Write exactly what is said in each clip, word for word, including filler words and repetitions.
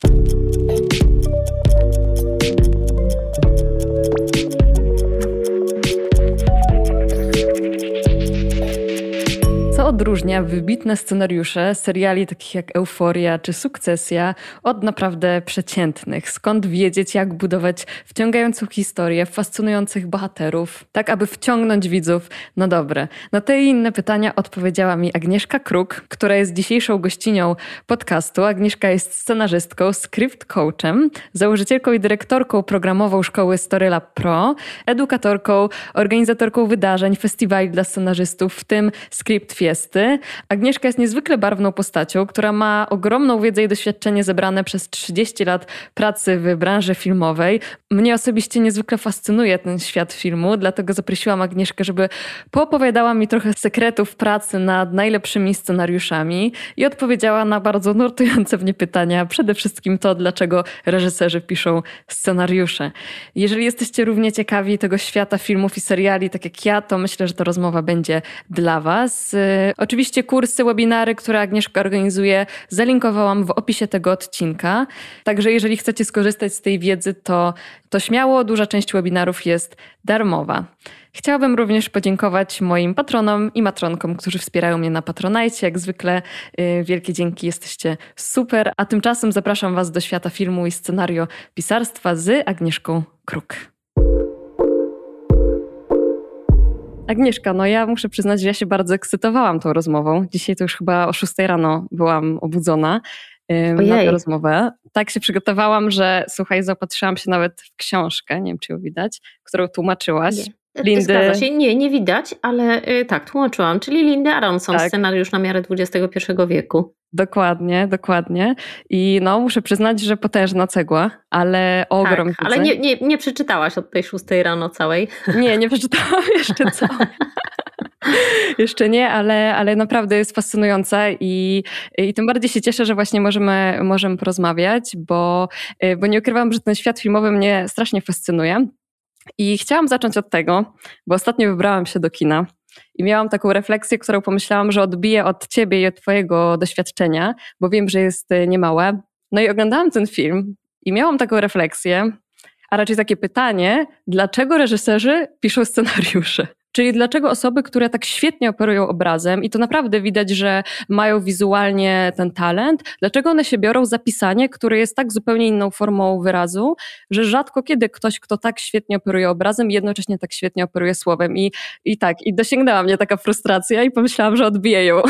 Co odróżnia wybitne scenariusze seriali takich jak Euforia czy Sukcesja od naprawdę przeciętnych? Skąd wiedzieć, jak budować wciągającą historię, fascynujących bohaterów, tak aby wciągnąć widzów na dobre? Na te i inne pytania odpowiedziała mi Agnieszka Kruk, która jest dzisiejszą gościnią podcastu. Agnieszka jest scenarzystką, script coachem, założycielką i dyrektorką programową szkoły StoryLab Pro, edukatorką, organizatorką wydarzeń, festiwali dla scenarzystów, w tym Script Fiesty. Agnieszka jest niezwykle barwną postacią, która ma ogromną wiedzę i doświadczenie zebrane przez trzydzieści lat pracy w branży filmowej. Mnie osobiście niezwykle fascynuje ten świat filmu, dlatego zaprosiłam Agnieszkę, żeby poopowiadała mi trochę sekretów pracy nad najlepszymi scenariuszami i odpowiedziała na bardzo nurtujące mnie pytania. Przede wszystkim to, dlaczego reżyserzy piszą scenariusze. Jeżeli jesteście równie ciekawi tego świata filmów i seriali, tak jak ja, to myślę, że ta rozmowa będzie dla was. Oczywiście kursy, webinary, które Agnieszka organizuje, zalinkowałam w opisie tego odcinka. Także jeżeli chcecie skorzystać z tej wiedzy, to, to śmiało, duża część webinarów jest darmowa. Chciałabym również podziękować moim patronom i matronkom, którzy wspierają mnie na Patronite. Jak zwykle yy, wielkie dzięki, jesteście super. A tymczasem zapraszam was do świata filmu i scenariopisarstwa z Agnieszką Kruk. Agnieszka, no ja muszę przyznać, że ja się bardzo ekscytowałam tą rozmową. Dzisiaj to już chyba o szóstej rano byłam obudzona ym, na tę rozmowę. Tak się przygotowałam, że słuchaj, zaopatrzyłam się nawet w książkę, nie wiem czy ją widać, którą tłumaczyłaś. Nie. Lindy... Zgadza się, nie, nie widać, ale y, tak, tłumaczyłam, czyli Lindy Aronson, tak. Scenariusz na miarę dwudziestego pierwszego wieku. Dokładnie, dokładnie. I no muszę przyznać, że potężna cegła, ale ogrom. Tak, ale nie, nie, nie przeczytałaś od tej szóstej rano całej. Nie, nie przeczytałam jeszcze całej. Jeszcze nie, ale, ale naprawdę jest fascynująca i, i tym bardziej się cieszę, że właśnie możemy, możemy porozmawiać, bo, bo nie ukrywam, że ten świat filmowy mnie strasznie fascynuje. I chciałam zacząć od tego, bo ostatnio wybrałam się do kina i miałam taką refleksję, którą pomyślałam, że odbiję od ciebie i od twojego doświadczenia, bo wiem, że jest niemałe. No i oglądałam ten film i miałam taką refleksję, a raczej takie pytanie, dlaczego reżyserzy piszą scenariusze? Czyli dlaczego osoby, które tak świetnie operują obrazem i to naprawdę widać, że mają wizualnie ten talent, dlaczego one się biorą za pisanie, które jest tak zupełnie inną formą wyrazu, że rzadko kiedy ktoś, kto tak świetnie operuje obrazem, jednocześnie tak świetnie operuje słowem. I, i tak, i dosięgnęła mnie taka frustracja i pomyślałam, że odbiję ją.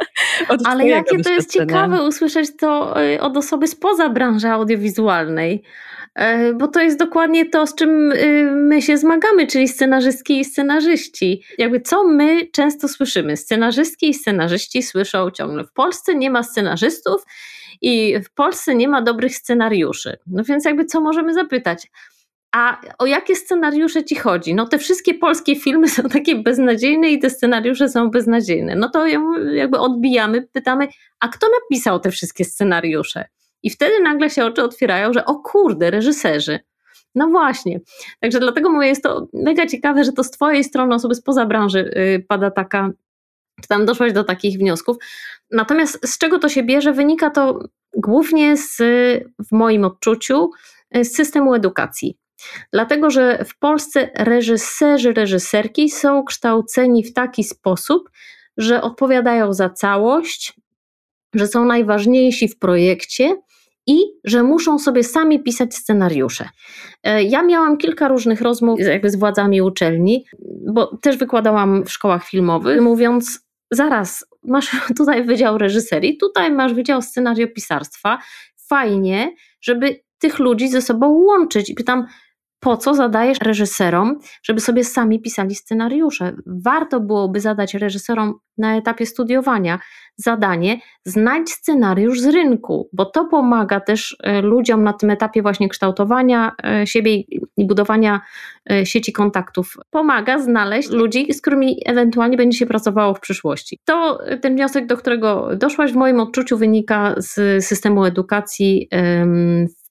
Ale jakie to jest ciekawe usłyszeć to od osoby spoza branży audiowizualnej. Bo to jest dokładnie to, z czym my się zmagamy, czyli scenarzystki i scenarzyści. Jakby co my często słyszymy? Scenarzystki i scenarzyści słyszą ciągle: w Polsce nie ma scenarzystów i w Polsce nie ma dobrych scenariuszy. No więc jakby co możemy zapytać? A o jakie scenariusze ci chodzi? No te wszystkie polskie filmy są takie beznadziejne i te scenariusze są beznadziejne. No to jakby odbijamy, pytamy, a kto napisał te wszystkie scenariusze? I wtedy nagle się oczy otwierają, że o kurde, reżyserzy. No właśnie. Także dlatego mówię, jest to mega ciekawe, że to z twojej strony, osoby spoza branży yy, pada taka, czy tam doszłaś do takich wniosków. Natomiast z czego to się bierze? Wynika to głównie z, w moim odczuciu, z systemu edukacji. Dlatego, że w Polsce reżyserzy, reżyserki są kształceni w taki sposób, że odpowiadają za całość, że są najważniejsi w projekcie i że muszą sobie sami pisać scenariusze. Ja miałam kilka różnych rozmów jakby z władzami uczelni, bo też wykładałam w szkołach filmowych, mówiąc: zaraz, masz tutaj wydział reżyserii, tutaj masz wydział scenariopisarstwa, fajnie, żeby tych ludzi ze sobą łączyć. I pytam, po co zadajesz reżyserom, żeby sobie sami pisali scenariusze? Warto byłoby zadać reżyserom na etapie studiowania zadanie: znajdź scenariusz z rynku, bo to pomaga też ludziom na tym etapie właśnie kształtowania siebie i budowania sieci kontaktów. Pomaga znaleźć ludzi, z którymi ewentualnie będzie się pracowało w przyszłości. To ten wniosek, do którego doszłaś, w moim odczuciu wynika z systemu edukacji w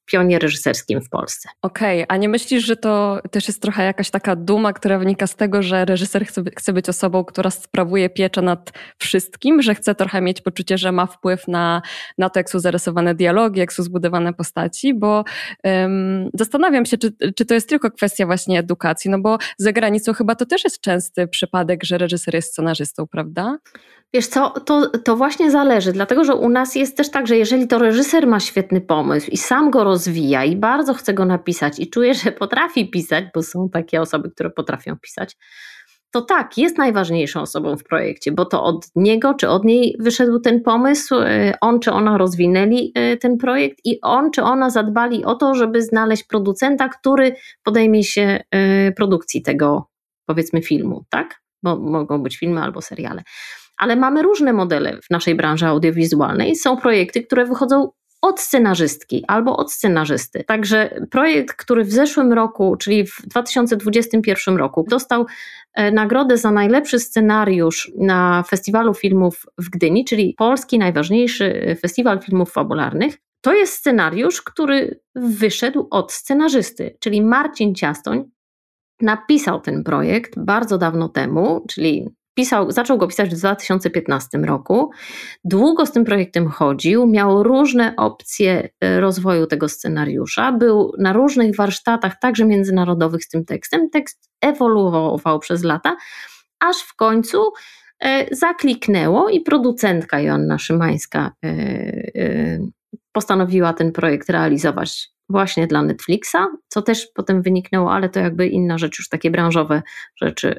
pionie reżyserskim w Polsce. Okej, okay. A nie myślisz, że to też jest trochę jakaś taka duma, która wynika z tego, że reżyser chce, chce być osobą, która sprawuje pieczę nad wszystkim, że chce trochę mieć poczucie, że ma wpływ na, na to, jak są zarysowane dialogi, jak są zbudowane postaci, bo um, zastanawiam się, czy, czy to jest tylko kwestia właśnie edukacji, no bo za granicą chyba to też jest częsty przypadek, że reżyser jest scenarzystą, prawda? Wiesz co, to, to właśnie zależy, dlatego że u nas jest też tak, że jeżeli to reżyser ma świetny pomysł i sam go rozwija i bardzo chce go napisać i czuje, że potrafi pisać, bo są takie osoby, które potrafią pisać, to tak, jest najważniejszą osobą w projekcie, bo to od niego czy od niej wyszedł ten pomysł, on czy ona rozwinęli ten projekt i on czy ona zadbali o to, żeby znaleźć producenta, który podejmie się produkcji tego, powiedzmy, filmu, tak? Bo mogą być filmy albo seriale. Ale mamy różne modele w naszej branży audiowizualnej. Są projekty, które wychodzą od scenarzystki albo od scenarzysty. Także projekt, który w zeszłym roku, czyli w dwa tysiące dwudziestym pierwszym roku dostał nagrodę za najlepszy scenariusz na Festiwalu Filmów w Gdyni, czyli polski najważniejszy festiwal filmów fabularnych. To jest scenariusz, który wyszedł od scenarzysty, czyli Marcin Ciastoń napisał ten projekt bardzo dawno temu, czyli Pisał, zaczął go pisać w dwa tysiące piętnastym roku, długo z tym projektem chodził, miał różne opcje rozwoju tego scenariusza, był na różnych warsztatach, także międzynarodowych z tym tekstem, tekst ewoluował przez lata, aż w końcu zakliknęło i producentka Joanna Szymańska postanowiła ten projekt realizować właśnie dla Netflixa, co też potem wyniknęło, ale to jakby inna rzecz, już takie branżowe rzeczy.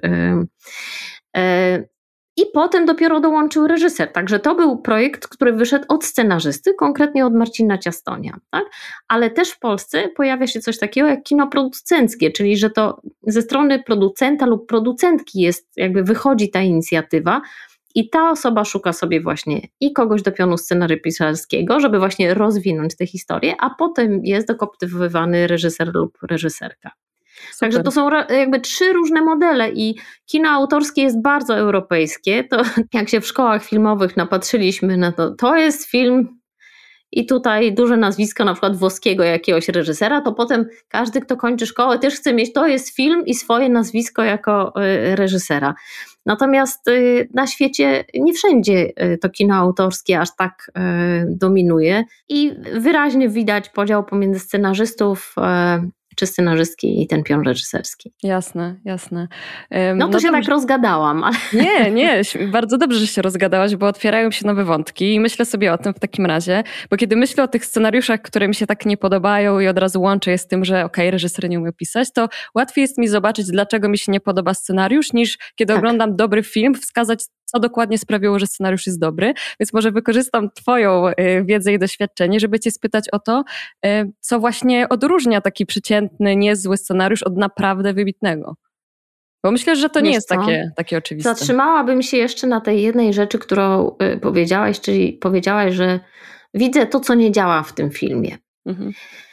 I potem dopiero dołączył reżyser, także to był projekt, który wyszedł od scenarzysty, konkretnie od Marcina Ciastonia, tak? Ale też w Polsce pojawia się coś takiego jak kino producenckie, czyli że to ze strony producenta lub producentki jest, jakby wychodzi ta inicjatywa i ta osoba szuka sobie właśnie i kogoś do pionu scenariopisarskiego, żeby właśnie rozwinąć tę historię, a potem jest dokoptowywany reżyser lub reżyserka. Super. Także to są jakby trzy różne modele i kino autorskie jest bardzo europejskie. To jak się w szkołach filmowych napatrzyliśmy na to, to jest film i tutaj duże nazwisko na przykład włoskiego jakiegoś reżysera, to potem każdy, kto kończy szkołę, też chce mieć, to jest film i swoje nazwisko jako reżysera. Natomiast na świecie nie wszędzie to kino autorskie aż tak dominuje i wyraźnie widać podział pomiędzy scenarzystów czy scenarzystki i ten pion reżyserski. Jasne, jasne. Um, no to no się dobrze. Tak rozgadałam. Ale... Nie, nie, bardzo dobrze, że się rozgadałaś, bo otwierają się nowe wątki i myślę sobie o tym w takim razie, bo kiedy myślę o tych scenariuszach, które mi się tak nie podobają i od razu łączę je z tym, że okej, okay, reżyser nie umie pisać, to łatwiej jest mi zobaczyć, dlaczego mi się nie podoba scenariusz, niż kiedy tak. oglądam dobry film, wskazać, co dokładnie sprawiło, że scenariusz jest dobry. Więc może wykorzystam twoją wiedzę i doświadczenie, żeby cię spytać o to, co właśnie odróżnia taki przeciętny, niezły scenariusz od naprawdę wybitnego. Bo myślę, że to nie Wiesz jest takie, takie oczywiste. Zatrzymałabym się jeszcze na tej jednej rzeczy, którą powiedziałaś, czyli powiedziałaś, że widzę to, co nie działa w tym filmie. Mhm.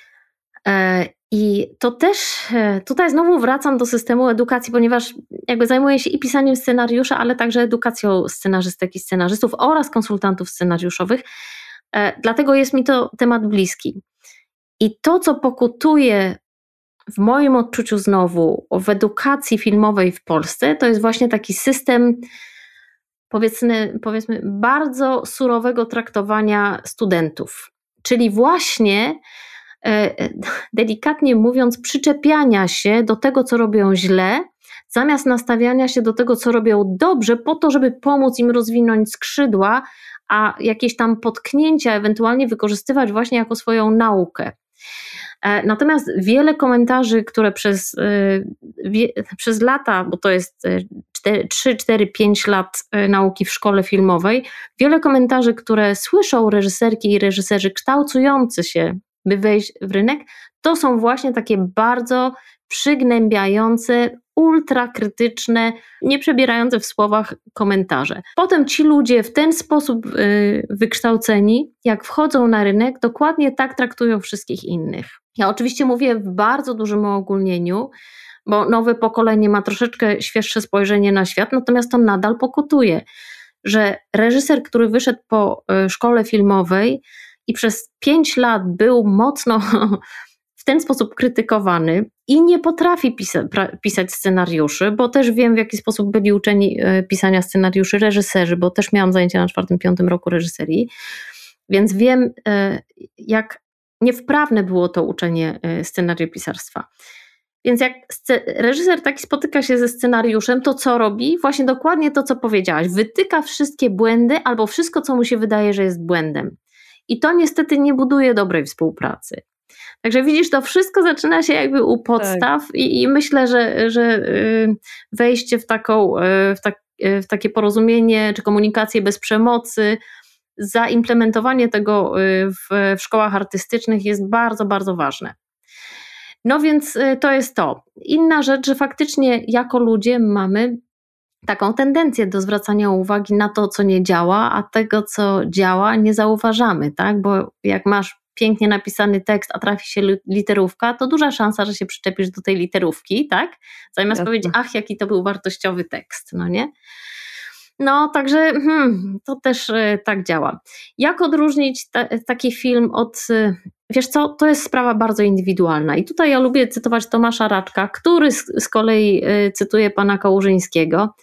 I to też, tutaj znowu wracam do systemu edukacji, ponieważ jakby zajmuję się i pisaniem scenariusza, ale także edukacją scenarzystek i scenarzystów oraz konsultantów scenariuszowych, dlatego jest mi to temat bliski. I to, co pokutuje w moim odczuciu znowu w edukacji filmowej w Polsce, to jest właśnie taki system, powiedzmy, powiedzmy bardzo surowego traktowania studentów, czyli właśnie delikatnie mówiąc, przyczepiania się do tego, co robią źle, zamiast nastawiania się do tego, co robią dobrze, po to, żeby pomóc im rozwinąć skrzydła, a jakieś tam potknięcia ewentualnie wykorzystywać właśnie jako swoją naukę. Natomiast wiele komentarzy, które przez, wie, przez lata, bo to jest trzy, cztery, pięć lat nauki w szkole filmowej, wiele komentarzy, które słyszą reżyserki i reżyserzy kształcujący się, by wejść w rynek, to są właśnie takie bardzo przygnębiające, ultrakrytyczne, nie przebierające w słowach komentarze. Potem ci ludzie w ten sposób yy, wykształceni, jak wchodzą na rynek, dokładnie tak traktują wszystkich innych. Ja oczywiście mówię w bardzo dużym uogólnieniu, bo nowe pokolenie ma troszeczkę świeższe spojrzenie na świat, natomiast to nadal pokutuje, że reżyser, który wyszedł po yy, szkole filmowej i przez pięć lat był mocno w ten sposób krytykowany i nie potrafi pisa- pra- pisać scenariuszy, bo też wiem, w jaki sposób byli uczeni e, pisania scenariuszy reżyserzy, bo też miałam zajęcia na czwartym, piątym roku reżyserii, więc wiem, e, jak niewprawne było to uczenie e, scenariopisarstwa. Więc jak sce- reżyser taki spotyka się ze scenariuszem, to co robi? Właśnie dokładnie to, co powiedziałaś. Wytyka wszystkie błędy albo wszystko, co mu się wydaje, że jest błędem. I to niestety nie buduje dobrej współpracy. Także widzisz, to wszystko zaczyna się jakby u podstaw tak. i, i myślę, że, że wejście w, taką, w, tak, w takie porozumienie czy komunikację bez przemocy, zaimplementowanie tego w, w szkołach artystycznych jest bardzo, bardzo ważne. No więc to jest to. Inna rzecz, że faktycznie jako ludzie mamy taką tendencję do zwracania uwagi na to, co nie działa, a tego, co działa, nie zauważamy, tak? Bo jak masz pięknie napisany tekst, a trafi się literówka, to duża szansa, że się przyczepisz do tej literówki, tak? Zamiast Jasne. powiedzieć, ach, jaki to był wartościowy tekst, no nie? No, także hmm, to też y, tak działa. Jak odróżnić ta, taki film od... Y, wiesz co, to jest sprawa bardzo indywidualna i tutaj ja lubię cytować Tomasza Raczka, który z, z kolei y, cytuje pana Kałużyńskiego,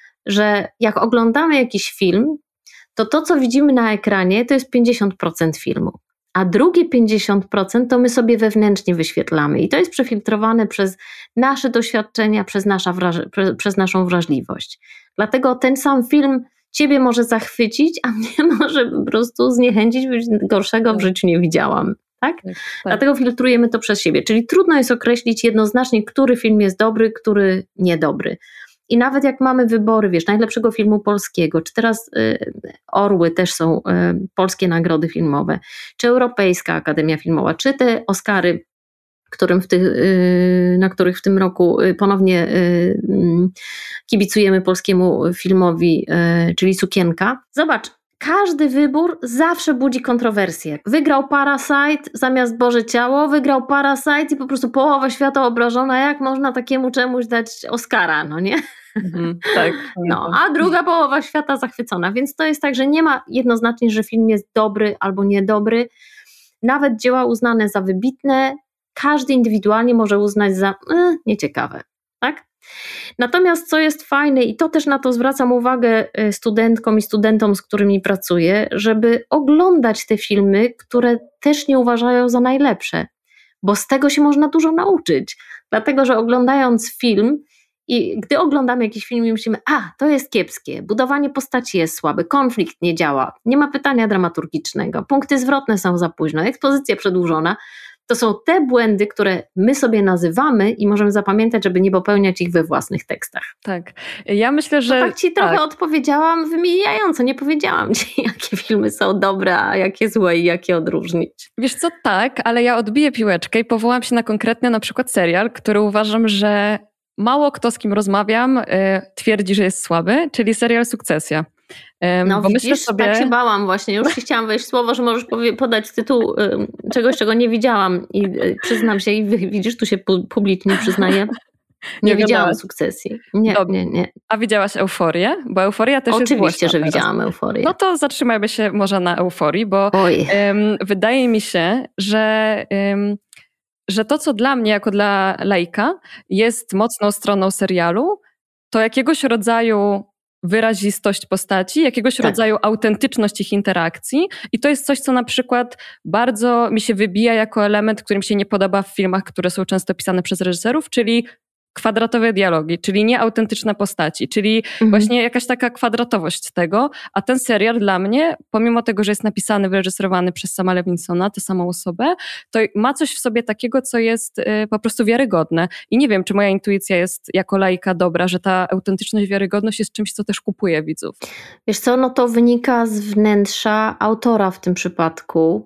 że jak oglądamy jakiś film, to to, co widzimy na ekranie, to jest pięćdziesiąt procent filmu. A drugie pięćdziesiąt procent to my sobie wewnętrznie wyświetlamy i to jest przefiltrowane przez nasze doświadczenia, przez, nasza wraż- pre- przez naszą wrażliwość. Dlatego ten sam film ciebie może zachwycić, a mnie może po prostu zniechęcić, bo gorszego w życiu nie widziałam. Tak? Tak, tak. Dlatego filtrujemy to przez siebie. Czyli trudno jest określić jednoznacznie, który film jest dobry, który niedobry. I nawet jak mamy wybory, wiesz, najlepszego filmu polskiego, czy teraz y, Orły też są y, polskie nagrody filmowe, czy Europejska Akademia Filmowa, czy te Oscary, którym w tych, y, na których w tym roku y, ponownie y, y, kibicujemy polskiemu filmowi, y, czyli Sukienka. Zobacz, każdy wybór zawsze budzi kontrowersję. Wygrał Parasite zamiast Boże Ciało, wygrał Parasite i po prostu połowa świata obrażona, jak można takiemu czemuś dać Oscara, no nie? Mhm, tak. No, a druga połowa świata zachwycona, więc to jest tak, że nie ma jednoznacznie, że film jest dobry albo niedobry. Nawet dzieła uznane za wybitne, każdy indywidualnie może uznać za e, nieciekawe, tak? Natomiast co jest fajne i to też na to zwracam uwagę studentkom i studentom, z którymi pracuję, żeby oglądać te filmy, które też nie uważają za najlepsze, bo z tego się można dużo nauczyć, dlatego że oglądając film i gdy oglądamy jakiś film i myślimy, a to jest kiepskie, budowanie postaci jest słabe, konflikt nie działa, nie ma pytania dramaturgicznego, punkty zwrotne są za późno, ekspozycja przedłużona, to są te błędy, które my sobie nazywamy i możemy zapamiętać, żeby nie popełniać ich we własnych tekstach. Tak. Ja myślę, że... No tak ci trochę tak. odpowiedziałam wymieniająco, nie powiedziałam ci, jakie filmy są dobre, a jakie złe i jakie odróżnić. Wiesz co, tak, ale ja odbiję piłeczkę i powołam się na konkretny na przykład serial, który uważam, że mało kto, z kim rozmawiam, yy, twierdzi, że jest słaby, czyli serial Sukcesja. No bo widzisz, myślę sobie... tak się bałam właśnie, już chciałam wejść w słowo, że możesz powie- podać tytuł y, czegoś, czego nie widziałam i y, przyznam się i widzisz, tu się pu- publicznie przyznaję, nie, nie widziałam Sukcesji. Nie, nie, nie. A widziałaś Euforię? Bo Euforia też Oczywiście, jest Oczywiście, że teraz. widziałam Euforię. No to zatrzymajmy się może na Euforii, bo um, wydaje mi się, że... Um, że to, co dla mnie, jako dla laika, jest mocną stroną serialu, to jakiegoś rodzaju wyrazistość postaci, jakiegoś tak. rodzaju autentyczność ich interakcji i to jest coś, co na przykład bardzo mi się wybija jako element, który mi się nie podoba w filmach, które są często pisane przez reżyserów, czyli kwadratowe dialogi, czyli nieautentyczne postaci, czyli mhm. właśnie jakaś taka kwadratowość tego, a ten serial dla mnie, pomimo tego, że jest napisany, wyreżyserowany przez Sama Lewinsona, tę samą osobę, to ma coś w sobie takiego, co jest y, po prostu wiarygodne i nie wiem, czy moja intuicja jest jako laika dobra, że ta autentyczność, wiarygodność jest czymś, co też kupuje widzów. Wiesz co, no to wynika z wnętrza autora w tym przypadku.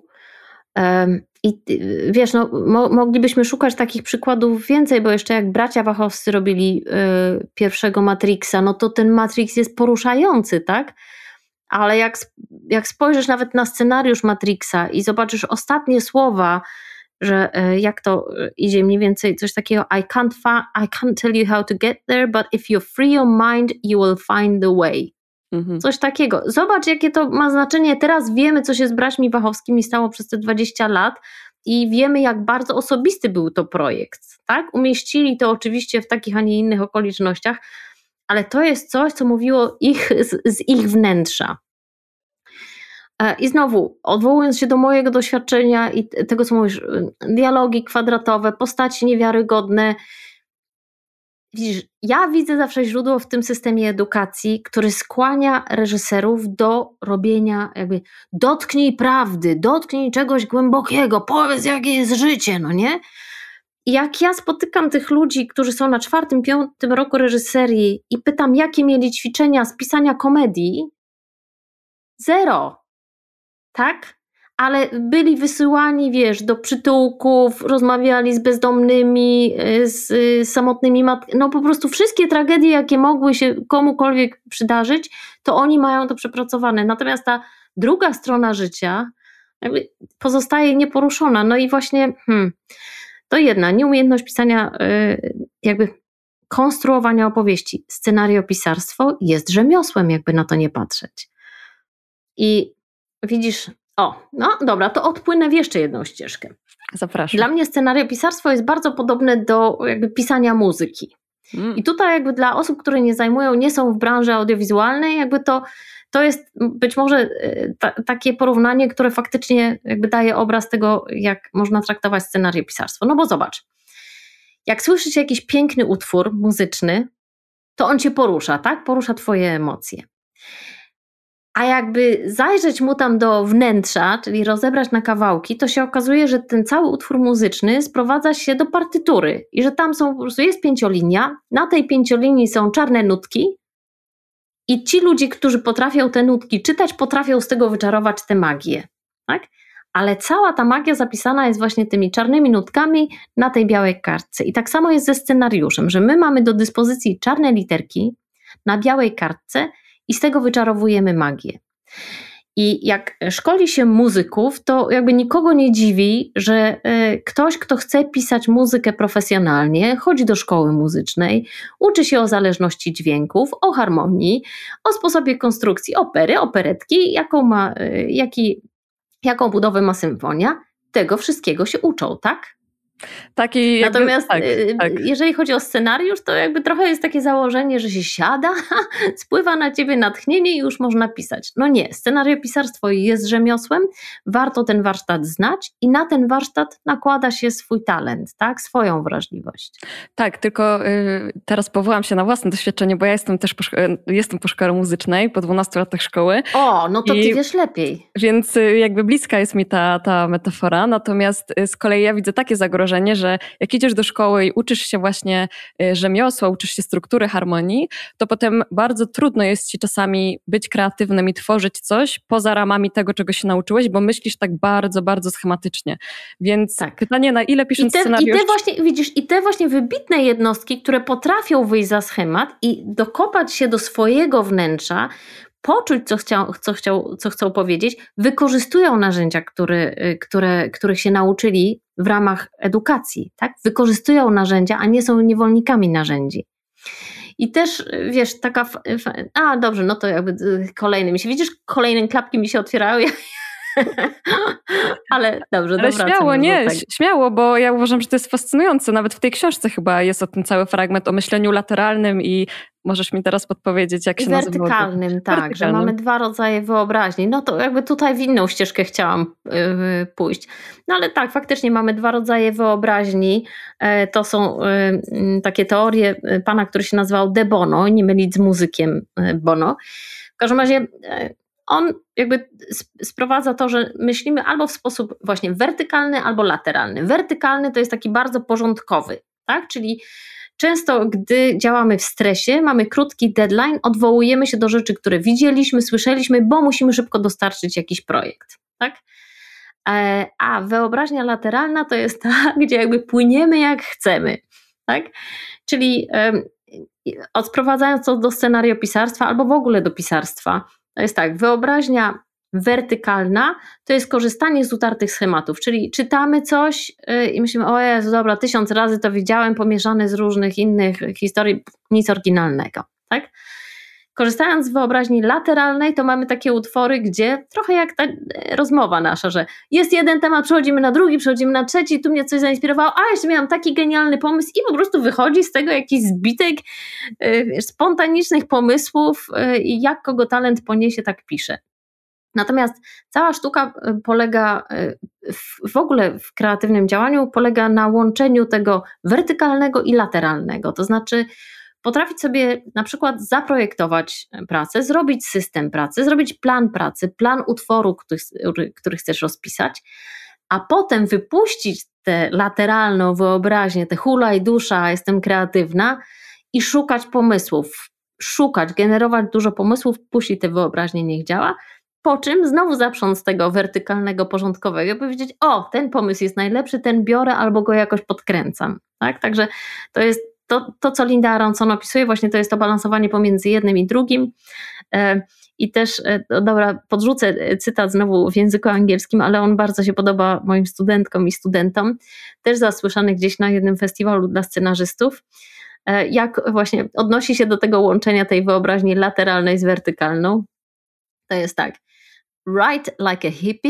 Um, I wiesz, no, mo- moglibyśmy szukać takich przykładów więcej, bo jeszcze jak bracia Wachowscy robili y, pierwszego Matrixa, no to ten Matrix jest poruszający, tak? Ale jak, jak spojrzysz nawet na scenariusz Matrixa i zobaczysz ostatnie słowa, że y, jak to idzie mniej więcej coś takiego I can't, fa- I can't tell you how to get there, but if you free your mind, you will find the way. Mhm. Coś takiego. Zobacz, jakie to ma znaczenie. Teraz wiemy, co się z braćmi Wachowskimi stało przez te dwadzieścia lat i wiemy, jak bardzo osobisty był to projekt. Tak? Umieścili to oczywiście w takich, a nie innych okolicznościach, ale to jest coś, co mówiło ich, z, z ich wnętrza. I znowu, odwołując się do mojego doświadczenia i tego, co mówisz, dialogi kwadratowe, postaci niewiarygodne. Widzisz, ja widzę zawsze źródło w tym systemie edukacji, który skłania reżyserów do robienia jakby dotknij prawdy, dotknij czegoś głębokiego, powiedz, jakie jest życie, no nie? I jak ja spotykam tych ludzi, którzy są na czwartym, piątym roku reżyserii i pytam, jakie mieli ćwiczenia z pisania komedii, zero. Tak? Ale byli wysyłani, wiesz, do przytułków, rozmawiali z bezdomnymi, z, z samotnymi matkami, no po prostu wszystkie tragedie, jakie mogły się komukolwiek przydarzyć, to oni mają to przepracowane. Natomiast ta druga strona życia jakby pozostaje nieporuszona. No i właśnie hmm, to jedna, nieumiejętność pisania, jakby konstruowania opowieści. Scenariopisarstwo jest rzemiosłem, jakby na to nie patrzeć. I widzisz, o, no dobra, to odpłynę w jeszcze jedną ścieżkę. Zapraszam. Dla mnie scenariopisarstwo jest bardzo podobne do jakby pisania muzyki. Mm. I tutaj jakby dla osób, które nie zajmują, nie są w branży audiowizualnej, jakby to, to jest być może ta, takie porównanie, które faktycznie jakby daje obraz tego, jak można traktować scenariopisarstwo. No bo zobacz, jak słyszysz jakiś piękny utwór muzyczny, to on cię porusza, tak? Porusza twoje emocje. A jakby zajrzeć mu tam do wnętrza, czyli rozebrać na kawałki, to się okazuje, że ten cały utwór muzyczny sprowadza się do partytury i że tam są, po prostu jest pięciolinia, na tej pięciolinii są czarne nutki i ci ludzie, którzy potrafią te nutki czytać, potrafią z tego wyczarować tę magię, tak? Ale cała ta magia zapisana jest właśnie tymi czarnymi nutkami na tej białej kartce. I tak samo jest ze scenariuszem, że my mamy do dyspozycji czarne literki na białej kartce i z tego wyczarowujemy magię. I jak szkoli się muzyków, to jakby nikogo nie dziwi, że ktoś, kto chce pisać muzykę profesjonalnie, chodzi do szkoły muzycznej, uczy się o zależności dźwięków, o harmonii, o sposobie konstrukcji opery, operetki, jaką ma, jaki, jaką budowę ma symfonia. Tego wszystkiego się uczą, tak? Taki jakby, Natomiast tak, tak. jeżeli chodzi o scenariusz, to jakby trochę jest takie założenie, że się siada, spływa na ciebie natchnienie i już można pisać. No nie, scenariopisarstwo jest rzemiosłem, warto ten warsztat znać i na ten warsztat nakłada się swój talent, tak, swoją wrażliwość. Tak, tylko y, teraz powołam się na własne doświadczenie, bo ja jestem też po, jestem po szkole muzycznej, po dwunastu latach szkoły. O, no to ty wiesz lepiej. Więc y, jakby bliska jest mi ta, ta metafora, natomiast y, z kolei ja widzę takie zagrożenie, że jak idziesz do szkoły i uczysz się właśnie rzemiosła, uczysz się struktury harmonii, to potem bardzo trudno jest ci czasami być kreatywnym i tworzyć coś poza ramami tego, czego się nauczyłeś, bo myślisz tak bardzo, bardzo schematycznie. Więc tak. Pytanie, na ile pisząc I te, scenariusz... I te właśnie, widzisz, i te właśnie wybitne jednostki, które potrafią wyjść za schemat i dokopać się do swojego wnętrza, poczuć, co, chciał, co, chciał, co chcą powiedzieć, wykorzystują narzędzia, które, które, których się nauczyli w ramach edukacji, tak? Wykorzystują narzędzia, a nie są niewolnikami narzędzi. I też, wiesz, taka... A, dobrze, no to jakby kolejny mi się... Widzisz, kolejne klapki mi się otwierają, ale dobrze, Ale śmiało, nie, tak. śmiało, bo ja uważam, że to jest fascynujące. Nawet w tej książce chyba jest o tym cały fragment o myśleniu lateralnym i możesz mi teraz podpowiedzieć, jak się nazywa? Wertykalnym, tak, Wertykalnym. Że mamy dwa rodzaje wyobraźni. No to jakby tutaj w inną ścieżkę chciałam yy, pójść. No ale tak, faktycznie mamy dwa rodzaje wyobraźni. Yy, to są yy, takie teorie pana, który się nazywał De Bono, nie mylić z muzykiem yy, Bono. W każdym razie yy, on jakby sprowadza to, że myślimy albo w sposób właśnie wertykalny, albo lateralny. Wertykalny to jest taki bardzo porządkowy, tak? Czyli często, gdy działamy w stresie, mamy krótki deadline, odwołujemy się do rzeczy, które widzieliśmy, słyszeliśmy, bo musimy szybko dostarczyć jakiś projekt, tak? A wyobraźnia lateralna to jest ta, gdzie jakby płyniemy jak chcemy, tak? Czyli odprowadzając to do scenariopisarstwa albo w ogóle do pisarstwa, to jest tak, wyobraźnia wertykalna to jest korzystanie z utartych schematów, czyli czytamy coś i myślimy, o Jezu, dobra, tysiąc razy to widziałem, pomieszane z różnych innych historii, nic oryginalnego, tak? Korzystając z wyobraźni lateralnej, to mamy takie utwory, gdzie trochę jak ta rozmowa nasza, że jest jeden temat, przechodzimy na drugi, przechodzimy na trzeci, tu mnie coś zainspirowało, a jeszcze miałam taki genialny pomysł i po prostu wychodzi z tego jakiś zbitek y, spontanicznych pomysłów y, i jak kogo talent poniesie, tak pisze. Natomiast cała sztuka polega w, w ogóle w kreatywnym działaniu polega na łączeniu tego wertykalnego i lateralnego, to znaczy potrafić sobie na przykład zaprojektować pracę, zrobić system pracy, zrobić plan pracy, plan utworu, który, który chcesz rozpisać, a potem wypuścić tę lateralną wyobraźnię, tę hula i dusza, jestem kreatywna i szukać pomysłów, szukać, generować dużo pomysłów, puścić tę wyobraźnię, niech działa, po czym znowu zaprząc tego wertykalnego, porządkowego i powiedzieć, o, ten pomysł jest najlepszy, ten biorę albo go jakoś podkręcam. Tak? Także to jest to, to, co Linda Aronson opisuje, właśnie to jest to balansowanie pomiędzy jednym i drugim. I też, dobra, podrzucę cytat znowu w języku angielskim, ale on bardzo się podoba moim studentkom i studentom, też zasłyszany gdzieś na jednym festiwalu dla scenarzystów, jak właśnie odnosi się do tego łączenia tej wyobraźni lateralnej z wertykalną. To jest tak, write like a hippie,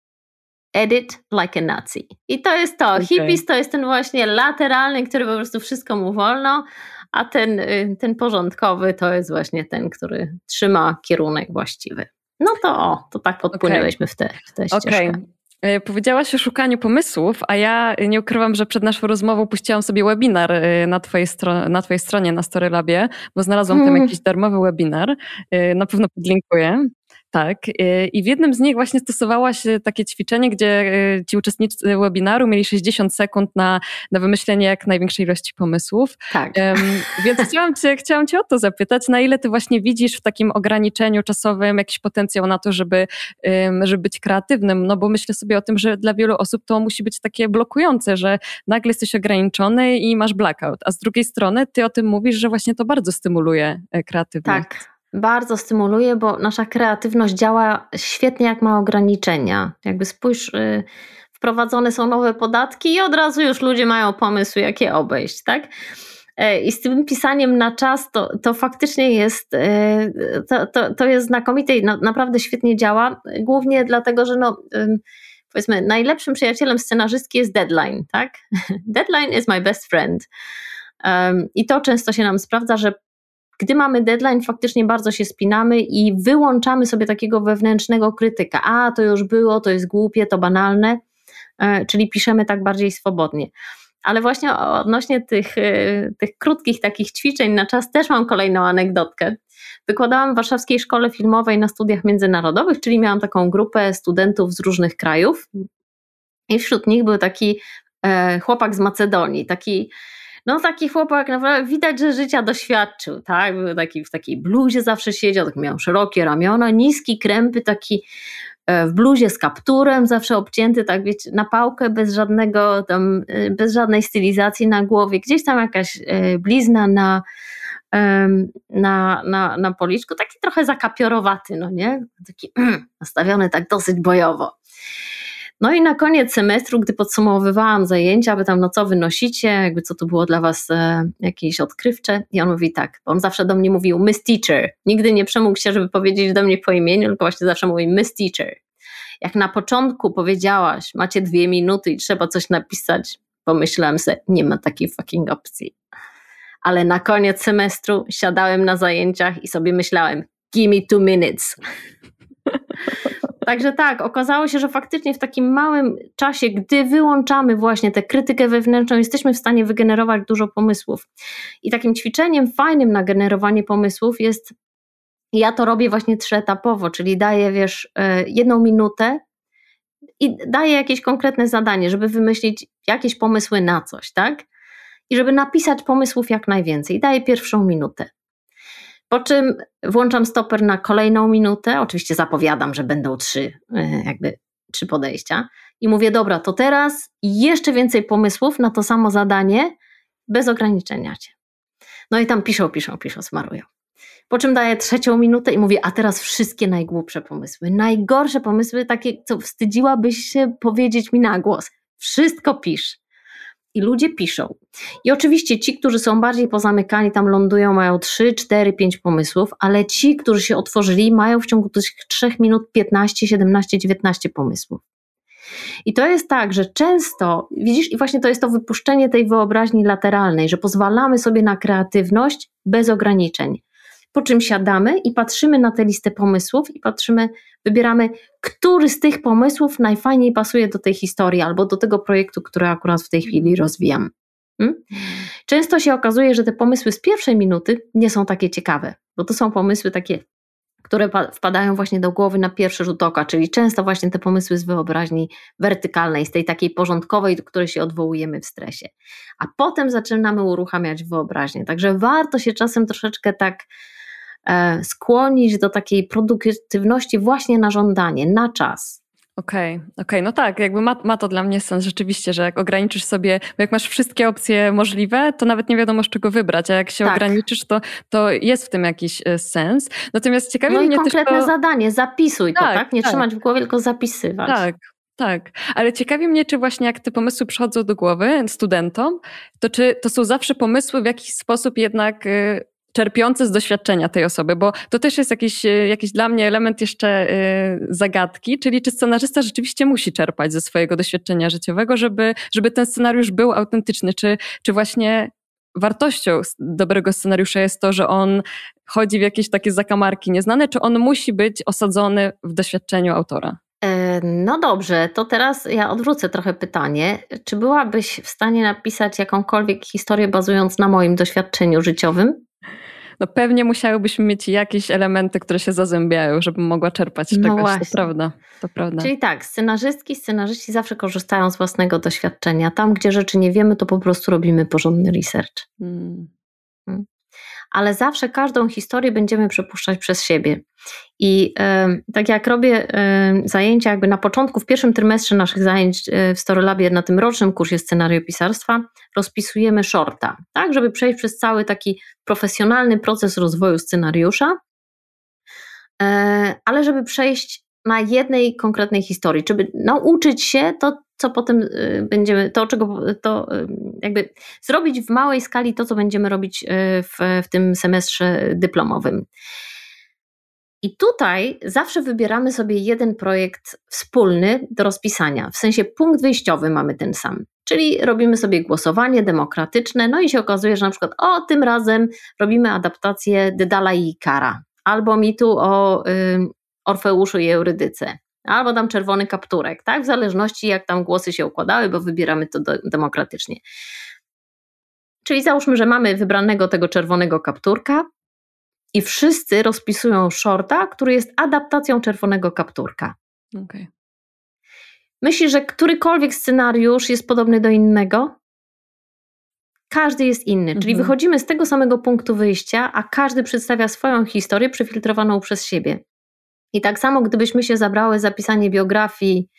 edit like a Nazi. I to jest to, okay. Hippies to jest ten właśnie lateralny, który po prostu wszystko mu wolno, a ten, ten porządkowy to jest właśnie ten, który trzyma kierunek właściwy. No to o, to tak podpłynęłyśmy okay. w tę w tę ścieżkę. Okay. Powiedziałaś o szukaniu pomysłów, a ja nie ukrywam, że przed naszą rozmową puściłam sobie webinar na twojej, stro- na twojej stronie, na Storylabie, bo znalazłam hmm. tam jakiś darmowy webinar, na pewno podlinkuję. Tak, i w jednym z nich właśnie stosowałaś takie ćwiczenie, gdzie ci uczestnicy webinaru mieli sześćdziesiąt sekund na, na wymyślenie jak największej ilości pomysłów. Tak. Um, więc chciałam cię, chciałam cię o to zapytać, na ile ty właśnie widzisz w takim ograniczeniu czasowym jakiś potencjał na to, żeby, um, żeby być kreatywnym, no bo myślę sobie o tym, że dla wielu osób to musi być takie blokujące, że nagle jesteś ograniczony i masz blackout, a z drugiej strony ty o tym mówisz, że właśnie to bardzo stymuluje kreatywność. Tak. Bardzo stymuluje, bo nasza kreatywność działa świetnie jak ma ograniczenia. Jakby spójrz, yy, wprowadzone są nowe podatki i od razu już ludzie mają pomysł, jak je obejść, tak? Yy, I z tym pisaniem na czas to, to faktycznie jest, yy, to, to, to jest znakomite i no, naprawdę świetnie działa. Głównie dlatego, że no, yy, powiedzmy, najlepszym przyjacielem scenarzystki jest deadline, tak? Deadline is my best friend. Yy, I to często się nam sprawdza, że gdy mamy deadline, faktycznie bardzo się spinamy i wyłączamy sobie takiego wewnętrznego krytyka. A, to już było, to jest głupie, to banalne, czyli piszemy tak bardziej swobodnie. Ale właśnie odnośnie tych, tych krótkich takich ćwiczeń na czas też mam kolejną anegdotkę. Wykładałam w Warszawskiej Szkole Filmowej na studiach międzynarodowych, czyli miałam taką grupę studentów z różnych krajów i wśród nich był taki chłopak z Macedonii, taki No taki chłopak, naprawdę widać, że życia doświadczył, tak? Był taki w takiej bluzie zawsze siedział, tak miał szerokie ramiona, niski, krępy, taki w bluzie z kapturem, zawsze obcięty, tak wiecie, na pałkę, bez żadnego tam, bez żadnej stylizacji na głowie, gdzieś tam jakaś blizna na, na, na, na policzku, taki trochę zakapiorowaty, no nie? Taki nastawiony tak dosyć bojowo. No i na koniec semestru, gdy podsumowywałam zajęcia, aby tam no co wy nosicie, jakby co to było dla was e, jakieś odkrywcze, i on mówi tak, bo on zawsze do mnie mówił Miss Teacher, nigdy nie przemógł się, żeby powiedzieć do mnie po imieniu, tylko właśnie zawsze mówi Miss Teacher. Jak na początku powiedziałaś, macie dwie minuty i trzeba coś napisać, pomyślałam sobie, nie ma takiej fucking opcji. Ale na koniec semestru siadałem na zajęciach i sobie myślałem, give me two minutes. Także tak, okazało się, że faktycznie w takim małym czasie, gdy wyłączamy właśnie tę krytykę wewnętrzną, jesteśmy w stanie wygenerować dużo pomysłów. I takim ćwiczeniem fajnym na generowanie pomysłów jest, ja to robię właśnie trzyetapowo, czyli daję, wiesz, jedną minutę i daję jakieś konkretne zadanie, żeby wymyślić jakieś pomysły na coś, tak? I żeby napisać pomysłów jak najwięcej. Daję pierwszą minutę. Po czym włączam stoper na kolejną minutę, oczywiście zapowiadam, że będą trzy, jakby trzy podejścia i mówię, dobra, to teraz jeszcze więcej pomysłów na to samo zadanie, bez ograniczenia cię. No i tam piszą, piszą, piszą, smarują. Po czym daję trzecią minutę i mówię, a teraz wszystkie najgłupsze pomysły, najgorsze pomysły, takie, co wstydziłabyś się powiedzieć mi na głos. Wszystko pisz. i ludzie piszą. I oczywiście ci, którzy są bardziej pozamykani, tam lądują, mają trzy, cztery, pięć pomysłów, ale ci, którzy się otworzyli, mają w ciągu tych trzech minut piętnaście, siedemnaście, dziewiętnaście pomysłów. I to jest tak, że często, widzisz, i właśnie to jest to wypuszczenie tej wyobraźni lateralnej, że pozwalamy sobie na kreatywność bez ograniczeń. Po czym siadamy i patrzymy na tę listę pomysłów i patrzymy, wybieramy, który z tych pomysłów najfajniej pasuje do tej historii albo do tego projektu, który akurat w tej chwili rozwijam. Hmm? Często się okazuje, że te pomysły z pierwszej minuty nie są takie ciekawe, bo to są pomysły takie, które wpadają właśnie do głowy na pierwszy rzut oka, czyli często właśnie te pomysły z wyobraźni wertykalnej, z tej takiej porządkowej, do której się odwołujemy w stresie. A potem zaczynamy uruchamiać wyobraźnię, także warto się czasem troszeczkę tak e, skłonić do takiej produktywności właśnie na żądanie, na czas. Okej, okay, okej, okay. No tak, jakby ma, ma to dla mnie sens rzeczywiście, że jak ograniczysz sobie, bo jak masz wszystkie opcje możliwe, to nawet nie wiadomo z czego wybrać, a jak się tak. ograniczysz, to, to jest w tym jakiś sens. Natomiast ciekawi no mnie też... No i konkretne to... zadanie, zapisuj tak, to, tak? Nie tak. trzymać w głowie, tylko zapisywać. Tak. Tak, ale ciekawi mnie, czy właśnie jak te pomysły przychodzą do głowy studentom, to czy to są zawsze pomysły w jakiś sposób jednak czerpiące z doświadczenia tej osoby, bo to też jest jakiś, jakiś dla mnie element jeszcze zagadki, czyli czy scenarzysta rzeczywiście musi czerpać ze swojego doświadczenia życiowego, żeby, żeby ten scenariusz był autentyczny, czy, czy właśnie wartością dobrego scenariusza jest to, że on chodzi w jakieś takie zakamarki nieznane, czy on musi być osadzony w doświadczeniu autora? No dobrze, to teraz ja odwrócę trochę pytanie. Czy byłabyś w stanie napisać jakąkolwiek historię bazując na moim doświadczeniu życiowym? No pewnie musiałybyśmy mieć jakieś elementy, które się zazębiają, żebym mogła czerpać z czegoś, no to prawda, to prawda. Czyli tak, scenarzystki, scenarzyści zawsze korzystają z własnego doświadczenia. Tam, gdzie rzeczy nie wiemy, to po prostu robimy porządny research. Hmm. Hmm. Ale zawsze każdą historię będziemy przepuszczać przez siebie. I y, tak jak robię y, zajęcia jakby na początku, w pierwszym trymestrze naszych zajęć y, w Storylabie na tym rocznym kursie scenariopisarstwa rozpisujemy shorta, tak, żeby przejść przez cały taki profesjonalny proces rozwoju scenariusza, y, ale żeby przejść na jednej konkretnej historii, żeby nauczyć się to, co potem y, będziemy, to czego, to y, jakby zrobić w małej skali to, co będziemy robić y, w, w tym semestrze dyplomowym. I tutaj zawsze wybieramy sobie jeden projekt wspólny do rozpisania, w sensie punkt wyjściowy mamy ten sam, czyli robimy sobie głosowanie demokratyczne, no i się okazuje, że na przykład o, tym razem robimy adaptację Dydala i Ikara, albo mitu o y, Orfeuszu i Eurydyce, albo tam czerwony kapturek, tak, w zależności jak tam głosy się układały, bo wybieramy to do, demokratycznie. Czyli załóżmy, że mamy wybranego tego czerwonego kapturka, i wszyscy rozpisują shorta, który jest adaptacją czerwonego kapturka. Okay. Myślisz, że którykolwiek scenariusz jest podobny do innego? Każdy jest inny, czyli mhm. wychodzimy z tego samego punktu wyjścia, a każdy przedstawia swoją historię przefiltrowaną przez siebie. I tak samo gdybyśmy się zabrały za pisanie biografii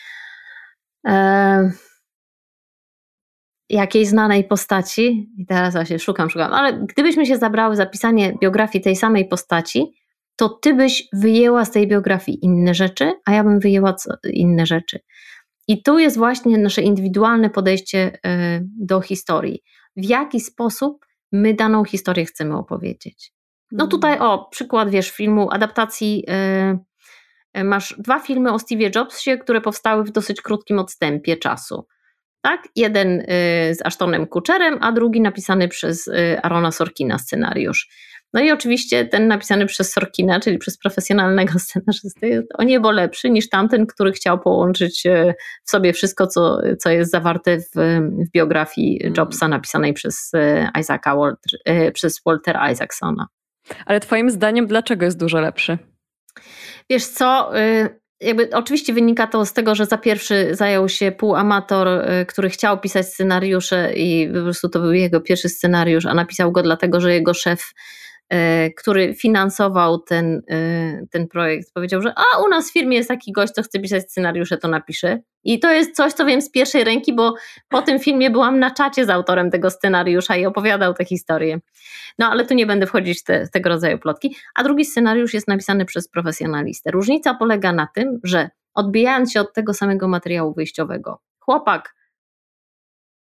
e, jakiejś znanej postaci, i teraz właśnie szukam, szukam, ale gdybyśmy się zabrały za pisanie biografii tej samej postaci, to ty byś wyjęła z tej biografii inne rzeczy, a ja bym wyjęła inne rzeczy. I tu jest właśnie nasze indywidualne podejście do historii. W jaki sposób my daną historię chcemy opowiedzieć. No tutaj o, przykład wiesz filmu, adaptacji, yy, masz dwa filmy o Steve'ie Jobsie, które powstały w dosyć krótkim odstępie czasu. Tak? Jeden y, z Ashtonem Kutcherem, a drugi napisany przez y, Aarona Sorkina scenariusz. No i oczywiście ten napisany przez Sorkina, czyli przez profesjonalnego scenarzystę, jest o niebo lepszy niż tamten, który chciał połączyć y, w sobie wszystko, co, co jest zawarte w, w biografii Jobsa napisanej przez y, Isaaca Walter, y, przez Waltera Isaacsona. Ale twoim zdaniem dlaczego jest dużo lepszy? Wiesz co... Y, Jakby oczywiście wynika to z tego, że za pierwszy zajął się półamator, który chciał pisać scenariusze i po prostu to był jego pierwszy scenariusz, a napisał go dlatego, że jego szef, który finansował ten, ten projekt, powiedział, że a u nas w firmie jest taki gość, co chce pisać scenariusze, to napisze. I to jest coś, co wiem z pierwszej ręki, bo po tym filmie byłam na czacie z autorem tego scenariusza i opowiadał tę historię. No ale tu nie będę wchodzić w, te, w tego rodzaju plotki. A drugi scenariusz jest napisany przez profesjonalistę. Różnica polega na tym, że odbijając się od tego samego materiału wyjściowego, chłopak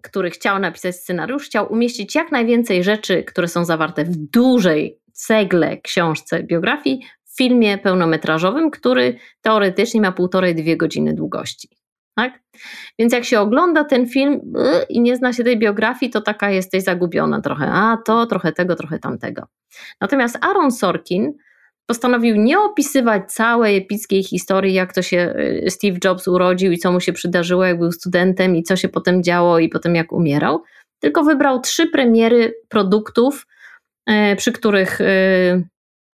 który chciał napisać scenariusz, chciał umieścić jak najwięcej rzeczy, które są zawarte w dużej cegle, książce, biografii, w filmie pełnometrażowym, który teoretycznie ma półtorej, dwie godziny długości. Tak? Więc jak się ogląda ten film yy, i nie zna się tej biografii, to taka jesteś zagubiona trochę. A to, trochę tego, trochę tamtego. Natomiast Aaron Sorkin postanowił nie opisywać całej epickiej historii, jak to się Steve Jobs urodził i co mu się przydarzyło, jak był studentem i co się potem działo i potem jak umierał, tylko wybrał trzy premiery produktów, yy, przy których yy,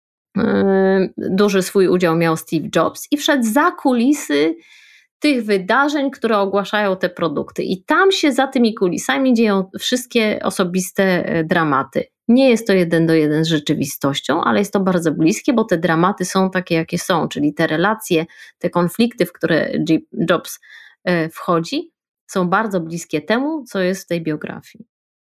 yy, duży swój udział miał Steve Jobs i wszedł za kulisy tych wydarzeń, które ogłaszają te produkty. I tam się za tymi kulisami dzieją wszystkie osobiste dramaty. Nie jest to jeden do jeden z rzeczywistością, ale jest to bardzo bliskie, bo te dramaty są takie, jakie są, czyli te relacje, te konflikty, w które Jobs wchodzi, są bardzo bliskie temu, co jest w tej biografii.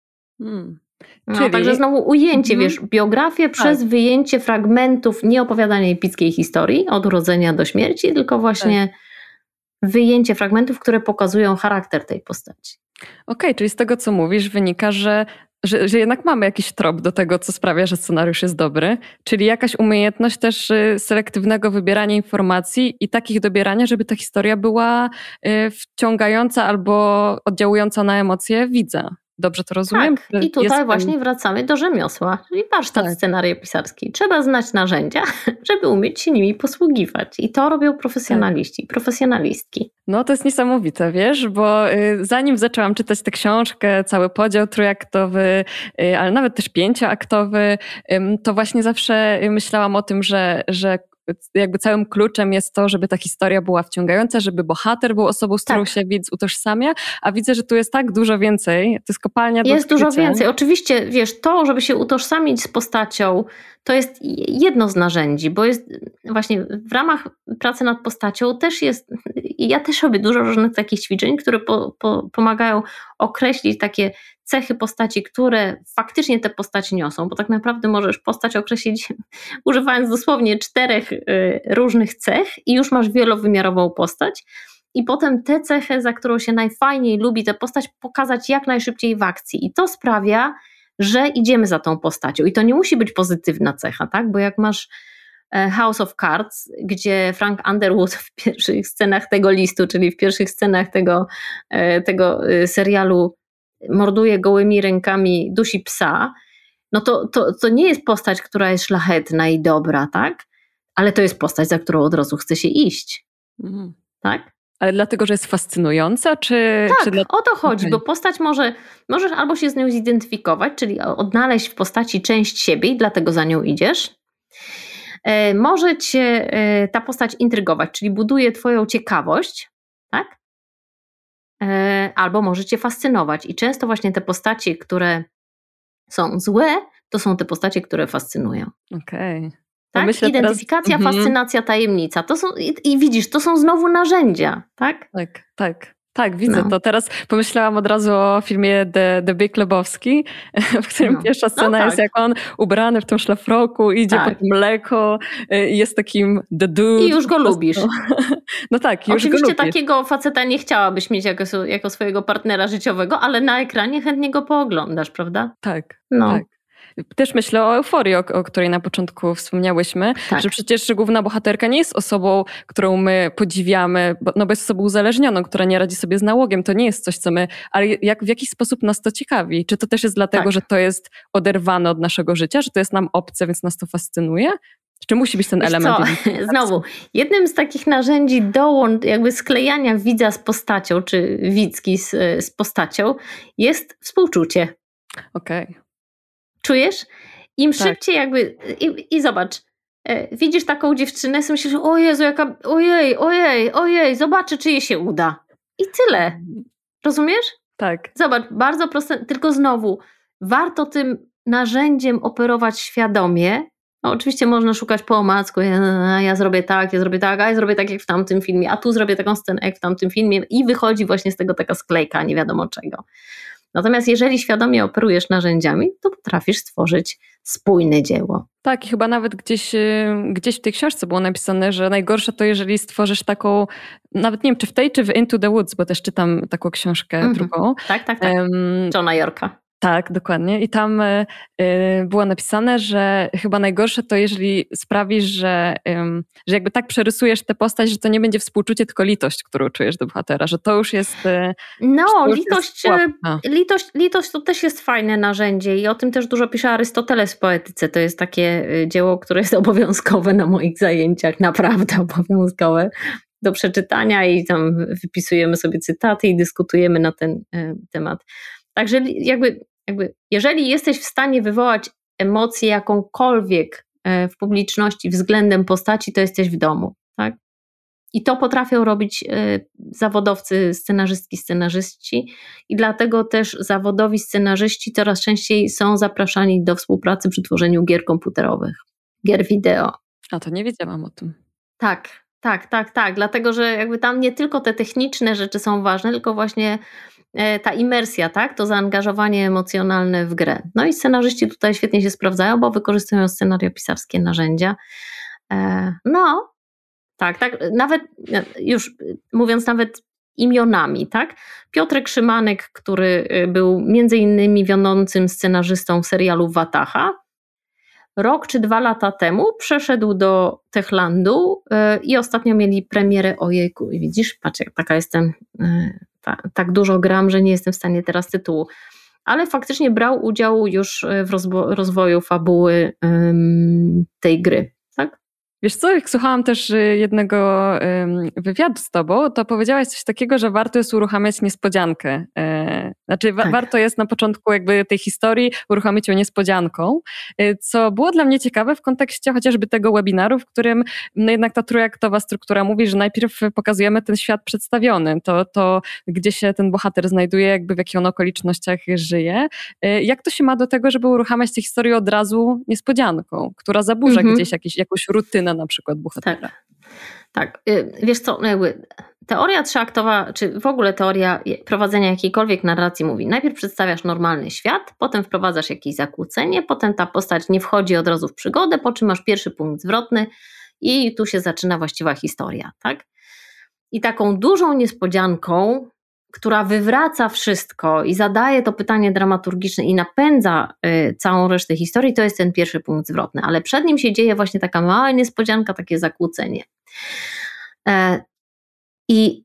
Hmm. No, czyli... Także znowu ujęcie, mhm. wiesz, biografię tak. przez wyjęcie fragmentów nieopowiadanej epickiej historii, od urodzenia do śmierci, tylko właśnie tak. wyjęcie fragmentów, które pokazują charakter tej postaci. Okej, okay, czyli z tego, co mówisz, wynika, że, że, że jednak mamy jakiś trop do tego, co sprawia, że scenariusz jest dobry, czyli jakaś umiejętność też selektywnego wybierania informacji i takich dobierania, żeby ta historia była wciągająca albo oddziałująca na emocje widza. Dobrze to rozumiem? Tak, i tutaj jest właśnie ten... wracamy do rzemiosła, czyli warsztat tak. scenariopisarski. Trzeba znać narzędzia, żeby umieć się nimi posługiwać. I to robią profesjonaliści, tak. profesjonalistki. No to jest niesamowite, wiesz, bo y, zanim zaczęłam czytać tę książkę, cały podział trójaktowy, y, ale nawet też pięcioaktowy, y, to właśnie zawsze myślałam o tym, że, że jakby całym kluczem jest to, żeby ta historia była wciągająca, żeby bohater był osobą, z którą tak. się widz utożsamia, a widzę, że tu jest tak dużo więcej, to jest kopalnia do Jest dużo więcej. Oczywiście, wiesz, to, żeby się utożsamić z postacią, to jest jedno z narzędzi, bo jest właśnie w ramach pracy nad postacią też jest, ja też robię dużo różnych takich ćwiczeń, które po, po, pomagają określić takie cechy postaci, które faktycznie te postaci niosą, bo tak naprawdę możesz postać określić używając dosłownie czterech y, różnych cech i już masz wielowymiarową postać i potem tę cechę, za którą się najfajniej lubi tę postać, pokazać jak najszybciej w akcji i to sprawia, że idziemy za tą postacią i to nie musi być pozytywna cecha, tak? Bo jak masz House of Cards, gdzie Frank Underwood w pierwszych scenach tego listu, czyli w pierwszych scenach tego, tego serialu morduje gołymi rękami, dusi psa, no to, to, to nie jest postać, która jest szlachetna i dobra, tak? Ale to jest postać, za którą od razu chce się iść. Mhm. Tak? Ale dlatego, że jest fascynująca, czy... Tak, czy dla... o to chodzi, okay. bo postać może, możesz albo się z nią zidentyfikować, czyli odnaleźć w postaci część siebie i dlatego za nią idziesz. E, może cię e, ta postać intrygować, czyli buduje twoją ciekawość, tak? E, albo może cię fascynować i często właśnie te postaci, które są złe, to są te postacie, które fascynują. Okej. Okay. Tak? Myślę Identyfikacja, teraz... fascynacja, tajemnica. To są, i, i widzisz, to są znowu narzędzia, tak? Tak, tak. Tak, widzę no. to. Teraz pomyślałam od razu o filmie The, The Big Lebowski, w którym no. pierwsza scena no tak. jest, jak on ubrany w tym szlafroku, idzie tak. po mleko i jest takim the dude. I już go lubisz. No tak, już Oczywiście go lubisz. takiego faceta nie chciałabyś mieć jako, jako swojego partnera życiowego, ale na ekranie chętnie go pooglądasz, prawda? Tak, no. tak. Też myślę o euforii, o, o której na początku wspomniałyśmy, tak. że przecież główna bohaterka nie jest osobą, którą my podziwiamy, bo, no bo jest osobą uzależnioną, która nie radzi sobie z nałogiem. To nie jest coś, co my... Ale jak, w jakiś sposób nas to ciekawi? Czy to też jest dlatego, tak. że to jest oderwane od naszego życia, że to jest nam obce, więc nas to fascynuje? Czy musi być ten Wiesz element? Znowu, jednym z takich narzędzi dołącz, jakby sklejania widza z postacią, czy widzki z, z postacią, jest współczucie. Okej. Okay. Czujesz? Im tak. szybciej jakby... I, i zobacz, e, widzisz taką dziewczynę, sobie myślisz, o Jezu, jaka... Ojej, ojej, ojej, zobaczę, czy jej się uda. I tyle. Rozumiesz? Tak. Zobacz, bardzo proste, tylko znowu, warto tym narzędziem operować świadomie. No, oczywiście można szukać po omacku, ja, ja zrobię tak, ja zrobię tak, a ja zrobię tak jak w tamtym filmie, a tu zrobię taką scenę jak w tamtym filmie i wychodzi właśnie z tego taka sklejka, nie wiadomo czego. Natomiast jeżeli świadomie operujesz narzędziami, to potrafisz stworzyć spójne dzieło. Tak, i chyba nawet gdzieś, gdzieś w tej książce było napisane, że najgorsze to jeżeli stworzysz taką, nawet nie wiem, czy w tej, czy w Into the Woods, bo też czytam taką książkę mm-hmm. drugą. Tak, tak, tak. Um, Johna Yorka. Tak, dokładnie. I tam y, było napisane, że chyba najgorsze to jeżeli sprawisz, że, y, że jakby tak przerysujesz tę postać, że to nie będzie współczucie, tylko litość, którą czujesz do bohatera, że to już jest... Y, no, litość, jest litość, litość to też jest fajne narzędzie i o tym też dużo pisze Arystoteles w Poetyce. To jest takie dzieło, które jest obowiązkowe na moich zajęciach, naprawdę obowiązkowe do przeczytania i tam wypisujemy sobie cytaty i dyskutujemy na ten y, temat. Także jakby, jakby jeżeli jesteś w stanie wywołać emocję jakąkolwiek w publiczności względem postaci, to jesteś w domu, tak? I to potrafią robić zawodowcy, scenarzystki, scenarzyści i dlatego też zawodowi scenarzyści coraz częściej są zapraszani do współpracy przy tworzeniu gier komputerowych, gier wideo. A to nie wiedziałam o tym. Tak, tak, tak, tak, dlatego że jakby tam nie tylko te techniczne rzeczy są ważne, tylko właśnie ta imersja, tak, to zaangażowanie emocjonalne w grę. No i scenarzyści tutaj świetnie się sprawdzają, bo wykorzystują scenariopisarskie narzędzia. No, tak, tak, nawet już mówiąc nawet imionami, tak, Piotrek Szymanek, który był między innymi wiodącym scenarzystą serialu Wataha, rok czy dwa lata temu przeszedł do Techlandu i ostatnio mieli premierę, ojejku, i widzisz, patrz, jak taka jestem... tak dużo gram, że nie jestem w stanie teraz tytułu, ale faktycznie brał udział już w rozwo- rozwoju fabuły um, tej gry, tak? Wiesz co, jak słuchałam też jednego um, wywiadu z tobą, to powiedziałaś coś takiego, że warto jest uruchamiać niespodziankę. E, znaczy wa- tak. warto jest na początku jakby tej historii uruchomić ją niespodzianką, e, co było dla mnie ciekawe w kontekście chociażby tego webinaru, w którym no jednak ta trójaktowa struktura mówi, że najpierw pokazujemy ten świat przedstawiony, to, to gdzie się ten bohater znajduje, jakby w jakich on okolicznościach żyje. E, jak to się ma do tego, żeby uruchamiać tę historię od razu niespodzianką, która zaburza mhm. gdzieś jakiś, jakąś rutynę na przykład bohatera. Tak, tak. Wiesz co, jakby teoria trzyaktowa, czy w ogóle teoria prowadzenia jakiejkolwiek narracji mówi, najpierw przedstawiasz normalny świat, potem wprowadzasz jakieś zakłócenie, potem ta postać nie wchodzi od razu w przygodę, po czym masz pierwszy punkt zwrotny i tu się zaczyna właściwa historia, tak? I taką dużą niespodzianką, która wywraca wszystko i zadaje to pytanie dramaturgiczne i napędza y, całą resztę historii, to jest ten pierwszy punkt zwrotny, ale przed nim się dzieje właśnie taka mała niespodzianka, takie zakłócenie. E, I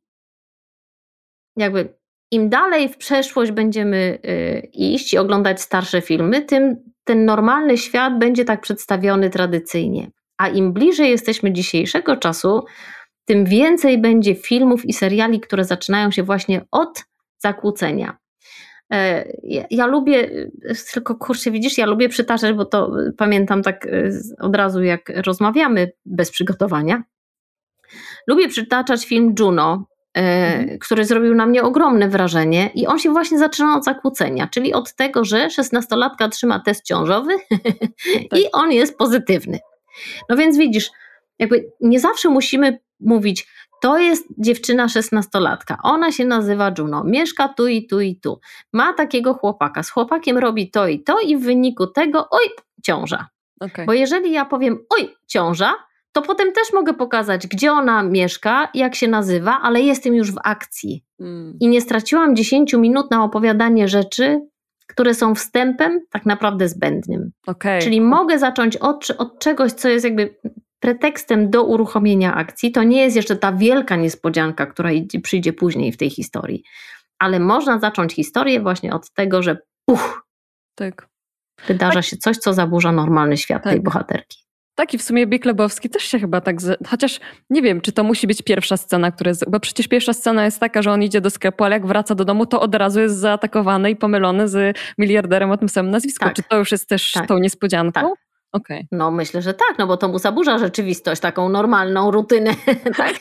jakby im dalej w przeszłość będziemy y, iść i oglądać starsze filmy, tym ten normalny świat będzie tak przedstawiony tradycyjnie. A im bliżej jesteśmy dzisiejszego czasu, tym więcej będzie filmów i seriali, które zaczynają się właśnie od zakłócenia. Ja, ja lubię, tylko kurczę, widzisz, ja lubię przytaczać, bo to pamiętam tak od razu, jak rozmawiamy bez przygotowania. Lubię przytaczać film Juno, mhm. który zrobił na mnie ogromne wrażenie i on się właśnie zaczyna od zakłócenia, czyli od tego, że szesnastolatka trzyma test ciążowy tak. i on jest pozytywny. No więc widzisz, jakby nie zawsze musimy mówić, to jest dziewczyna szesnastolatka, ona się nazywa Juno, mieszka tu i tu i tu, ma takiego chłopaka, z chłopakiem robi to i to i w wyniku tego, oj, ciąża. Okay. Bo jeżeli ja powiem, oj, ciąża, to potem też mogę pokazać, gdzie ona mieszka, jak się nazywa, ale jestem już w akcji. Mm. I nie straciłam dziesięciu minut na opowiadanie rzeczy, które są wstępem tak naprawdę zbędnym. Okay. Czyli mogę zacząć od, od czegoś, co jest jakby pretekstem do uruchomienia akcji. To nie jest jeszcze ta wielka niespodzianka, która idzie, przyjdzie później w tej historii. Ale można zacząć historię właśnie od tego, że puch, tak. wydarza tak. się coś, co zaburza normalny świat tak. tej bohaterki. Tak i w sumie Big Lebowski też się chyba tak, z... chociaż nie wiem, czy to musi być pierwsza scena, która jest, bo przecież pierwsza scena jest taka, że on idzie do sklepu, ale jak wraca do domu, to od razu jest zaatakowany i pomylony z miliarderem o tym samym nazwisku. Tak. Czy to już jest też tak. tą niespodzianką? Tak. Okay. No myślę, że tak, no bo to mu zaburza rzeczywistość, taką normalną rutynę, tak?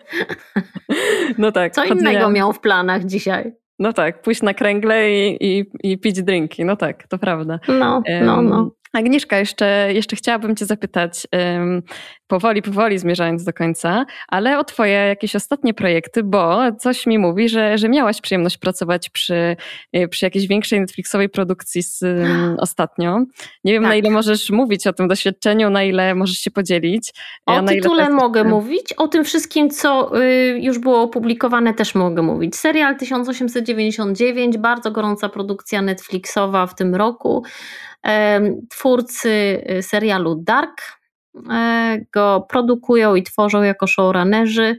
No tak. Co innego miał w planach dzisiaj? No tak, pójść na kręgle i, i, i pić drinki, no tak, to prawda. No, no, no. Agnieszka, jeszcze, jeszcze chciałabym cię zapytać, um, powoli, powoli zmierzając do końca, ale o twoje jakieś ostatnie projekty, bo coś mi mówi, że, że miałaś przyjemność pracować przy, przy jakiejś większej Netflixowej produkcji z, um, ostatnio. Nie wiem, tak. na ile możesz mówić o tym doświadczeniu, na ile możesz się podzielić. O tytule jest... mogę mówić, o tym wszystkim, co y, już było opublikowane, też mogę mówić. Serial tysiąc osiemset dziewięćdziesiąt dziewięć, bardzo gorąca produkcja Netflixowa w tym roku. Twórcy serialu Dark go produkują i tworzą jako showrunnerzy.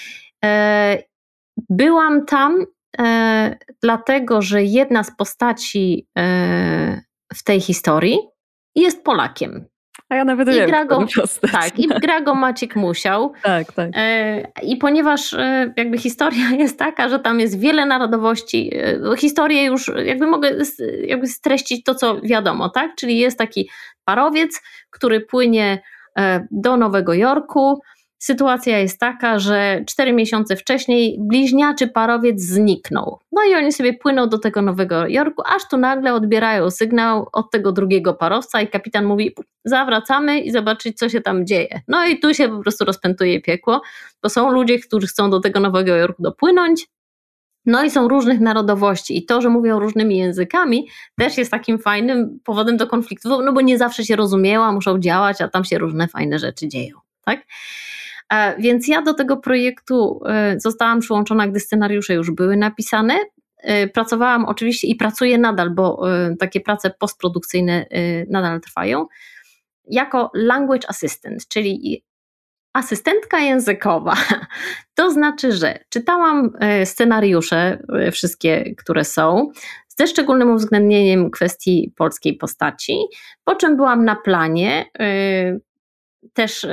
Byłam tam dlatego, że jedna z postaci w tej historii jest Polakiem. A ja nawet I wiem, gra go, tak, i gra go Maciek Musiał. Tak, tak. I ponieważ jakby historia jest taka, że tam jest wiele narodowości, historię już jakby mogę jakby streścić to, co wiadomo, tak? Czyli jest taki parowiec, który płynie do Nowego Jorku. Sytuacja jest taka, że cztery miesiące wcześniej bliźniaczy parowiec zniknął. No i oni sobie płyną do tego Nowego Jorku, aż tu nagle odbierają sygnał od tego drugiego parowca i kapitan mówi: zawracamy i zobaczyć, co się tam dzieje. No i tu się po prostu rozpętuje piekło, bo są ludzie, którzy chcą do tego Nowego Jorku dopłynąć. No i są różnych narodowości i to, że mówią różnymi językami, też jest takim fajnym powodem do konfliktu, no bo nie zawsze się rozumieją, muszą działać, a tam się różne fajne rzeczy dzieją, tak? Więc ja do tego projektu zostałam przyłączona, gdy scenariusze już były napisane. Pracowałam oczywiście i pracuję nadal, bo takie prace postprodukcyjne nadal trwają, jako language assistant, czyli asystentka językowa. To znaczy, że czytałam scenariusze, wszystkie, które są, ze szczególnym uwzględnieniem kwestii polskiej postaci, po czym byłam na planie, też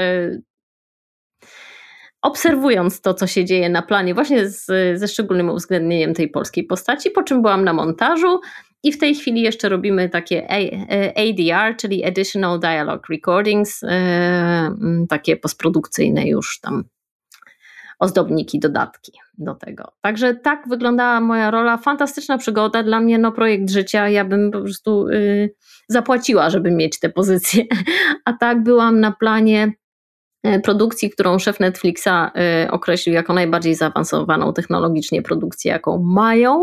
obserwując to, co się dzieje na planie, właśnie z, ze szczególnym uwzględnieniem tej polskiej postaci, po czym byłam na montażu i w tej chwili jeszcze robimy takie A D R, czyli Additional Dialogue Recordings, takie postprodukcyjne już tam ozdobniki, dodatki do tego. Także tak wyglądała moja rola. Fantastyczna przygoda, dla mnie no projekt życia, ja bym po prostu y, zapłaciła, żeby mieć tę pozycję, a tak byłam na planie produkcji, którą szef Netflixa y, określił jako najbardziej zaawansowaną technologicznie produkcję, jaką mają,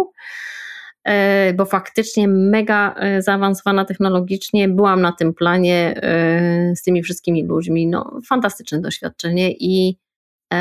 y, bo faktycznie mega y, zaawansowana technologicznie. Byłam na tym planie y, z tymi wszystkimi ludźmi. No, fantastyczne doświadczenie i y,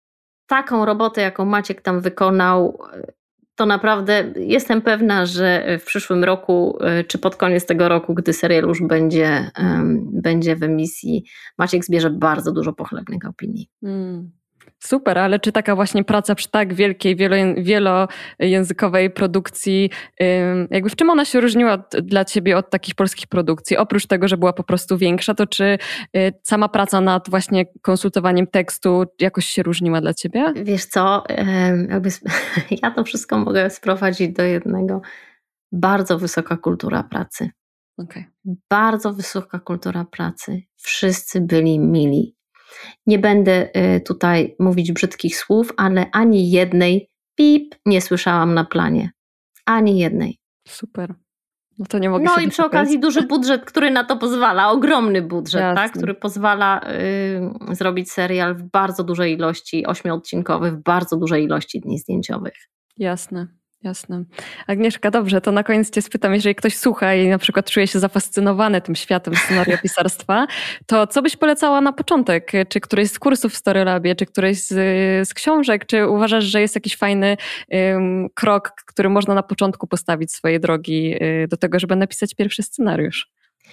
taką robotę, jaką Maciek tam wykonał, to naprawdę jestem pewna, że w przyszłym roku, czy pod koniec tego roku, gdy serial już będzie, um, będzie w emisji, Maciek zbierze bardzo dużo pochlebnych opinii. Mm. Super, ale czy taka właśnie praca przy tak wielkiej, wielojęzykowej produkcji, jakby w czym ona się różniła od, dla ciebie od takich polskich produkcji? Oprócz tego, że była po prostu większa, to czy sama praca nad właśnie konsultowaniem tekstu jakoś się różniła dla ciebie? Wiesz co, jakby ja to wszystko mogę sprowadzić do jednego. Bardzo wysoka kultura pracy. Okay. Bardzo wysoka kultura pracy. Wszyscy byli mili. Nie będę tutaj mówić brzydkich słów, ale ani jednej pip nie słyszałam na planie. Ani jednej. Super. No to nie mogę No się i przy okazji duży budżet, który na to pozwala, ogromny budżet, tak, który pozwala y, zrobić serial w bardzo dużej ilości, ośmiodcinkowy, w bardzo dużej ilości dni zdjęciowych. Jasne. Jasne. Agnieszka, dobrze, to na koniec cię spytam, jeżeli ktoś słucha i na przykład czuje się zafascynowany tym światem scenariopisarstwa, to co byś polecała na początek? Czy któryś z kursów w Storylabie, czy któryś z, z książek, czy uważasz, że jest jakiś fajny um, krok, który można na początku postawić swojej drogi y, do tego, żeby napisać pierwszy scenariusz?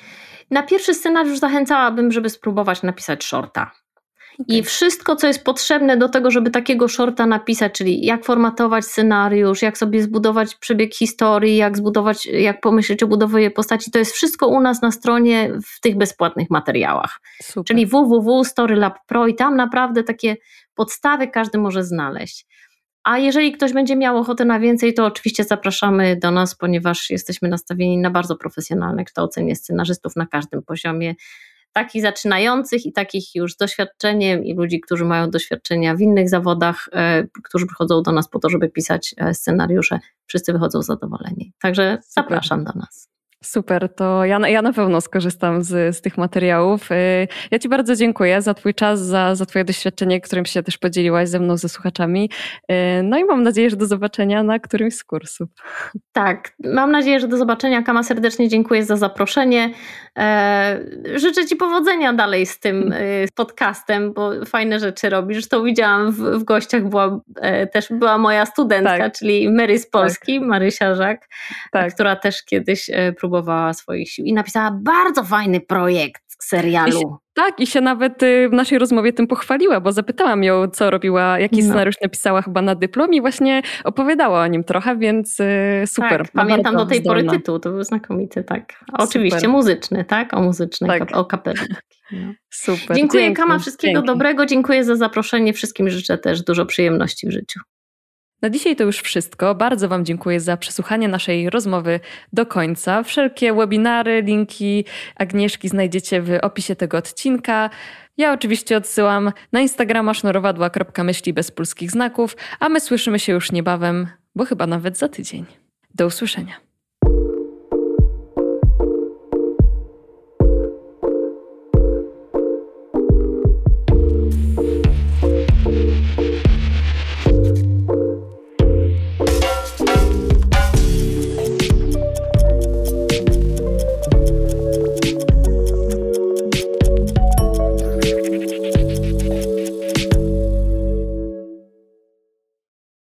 Na pierwszy scenariusz zachęcałabym, żeby spróbować napisać shorta. Okay. I wszystko, co jest potrzebne do tego, żeby takiego shorta napisać, czyli jak formatować scenariusz, jak sobie zbudować przebieg historii, jak zbudować, jak pomyśleć o budowie postaci, to jest wszystko u nas na stronie w tych bezpłatnych materiałach. Super. Czyli w w w kropka storylab kropka pro i tam naprawdę takie podstawy każdy może znaleźć. A jeżeli ktoś będzie miał ochotę na więcej, to oczywiście zapraszamy do nas, ponieważ jesteśmy nastawieni na bardzo profesjonalne kształcenie scenarzystów na każdym poziomie, takich zaczynających i takich już z doświadczeniem i ludzi, którzy mają doświadczenia w innych zawodach, e, którzy przychodzą do nas po to, żeby pisać scenariusze. Wszyscy wychodzą zadowoleni. Także zapraszam do nas. Super, to ja, ja na pewno skorzystam z, z tych materiałów. Ja Ci bardzo dziękuję za Twój czas, za, za Twoje doświadczenie, którym się też podzieliłaś ze mną, ze słuchaczami. No i mam nadzieję, że do zobaczenia na którymś z kursów. Tak, mam nadzieję, że do zobaczenia. Kama, serdecznie dziękuję za zaproszenie. Życzę Ci powodzenia dalej z tym podcastem, bo fajne rzeczy robisz. Zresztą widziałam w, w gościach, była, też była moja studentka, tak. czyli Mary z Polski, tak. Marysia Żak, tak. która też kiedyś próbowała swoich sił i napisała bardzo fajny projekt serialu. I się, tak, i się nawet w naszej rozmowie tym pochwaliła, bo zapytałam ją, co robiła, jaki no. scenariusz napisała chyba na dyplom i właśnie opowiadała o nim trochę, więc super. Tak, pamiętam do tej zdolna. pory tytuł, to był znakomity, tak. Oczywiście super. muzyczny, tak? O muzycznej, tak. o kapeli. No. Super. Dziękuję Dzięki. Kama, wszystkiego Dzięki. dobrego, dziękuję za zaproszenie, wszystkim życzę też dużo przyjemności w życiu. Na dzisiaj to już wszystko. Bardzo Wam dziękuję za przesłuchanie naszej rozmowy do końca. Wszelkie webinary, linki Agnieszki znajdziecie w opisie tego odcinka. Ja oczywiście odsyłam na Instagrama sznurowadła kropka myśli bez polskich znaków, a my słyszymy się już niebawem, bo chyba nawet za tydzień. Do usłyszenia.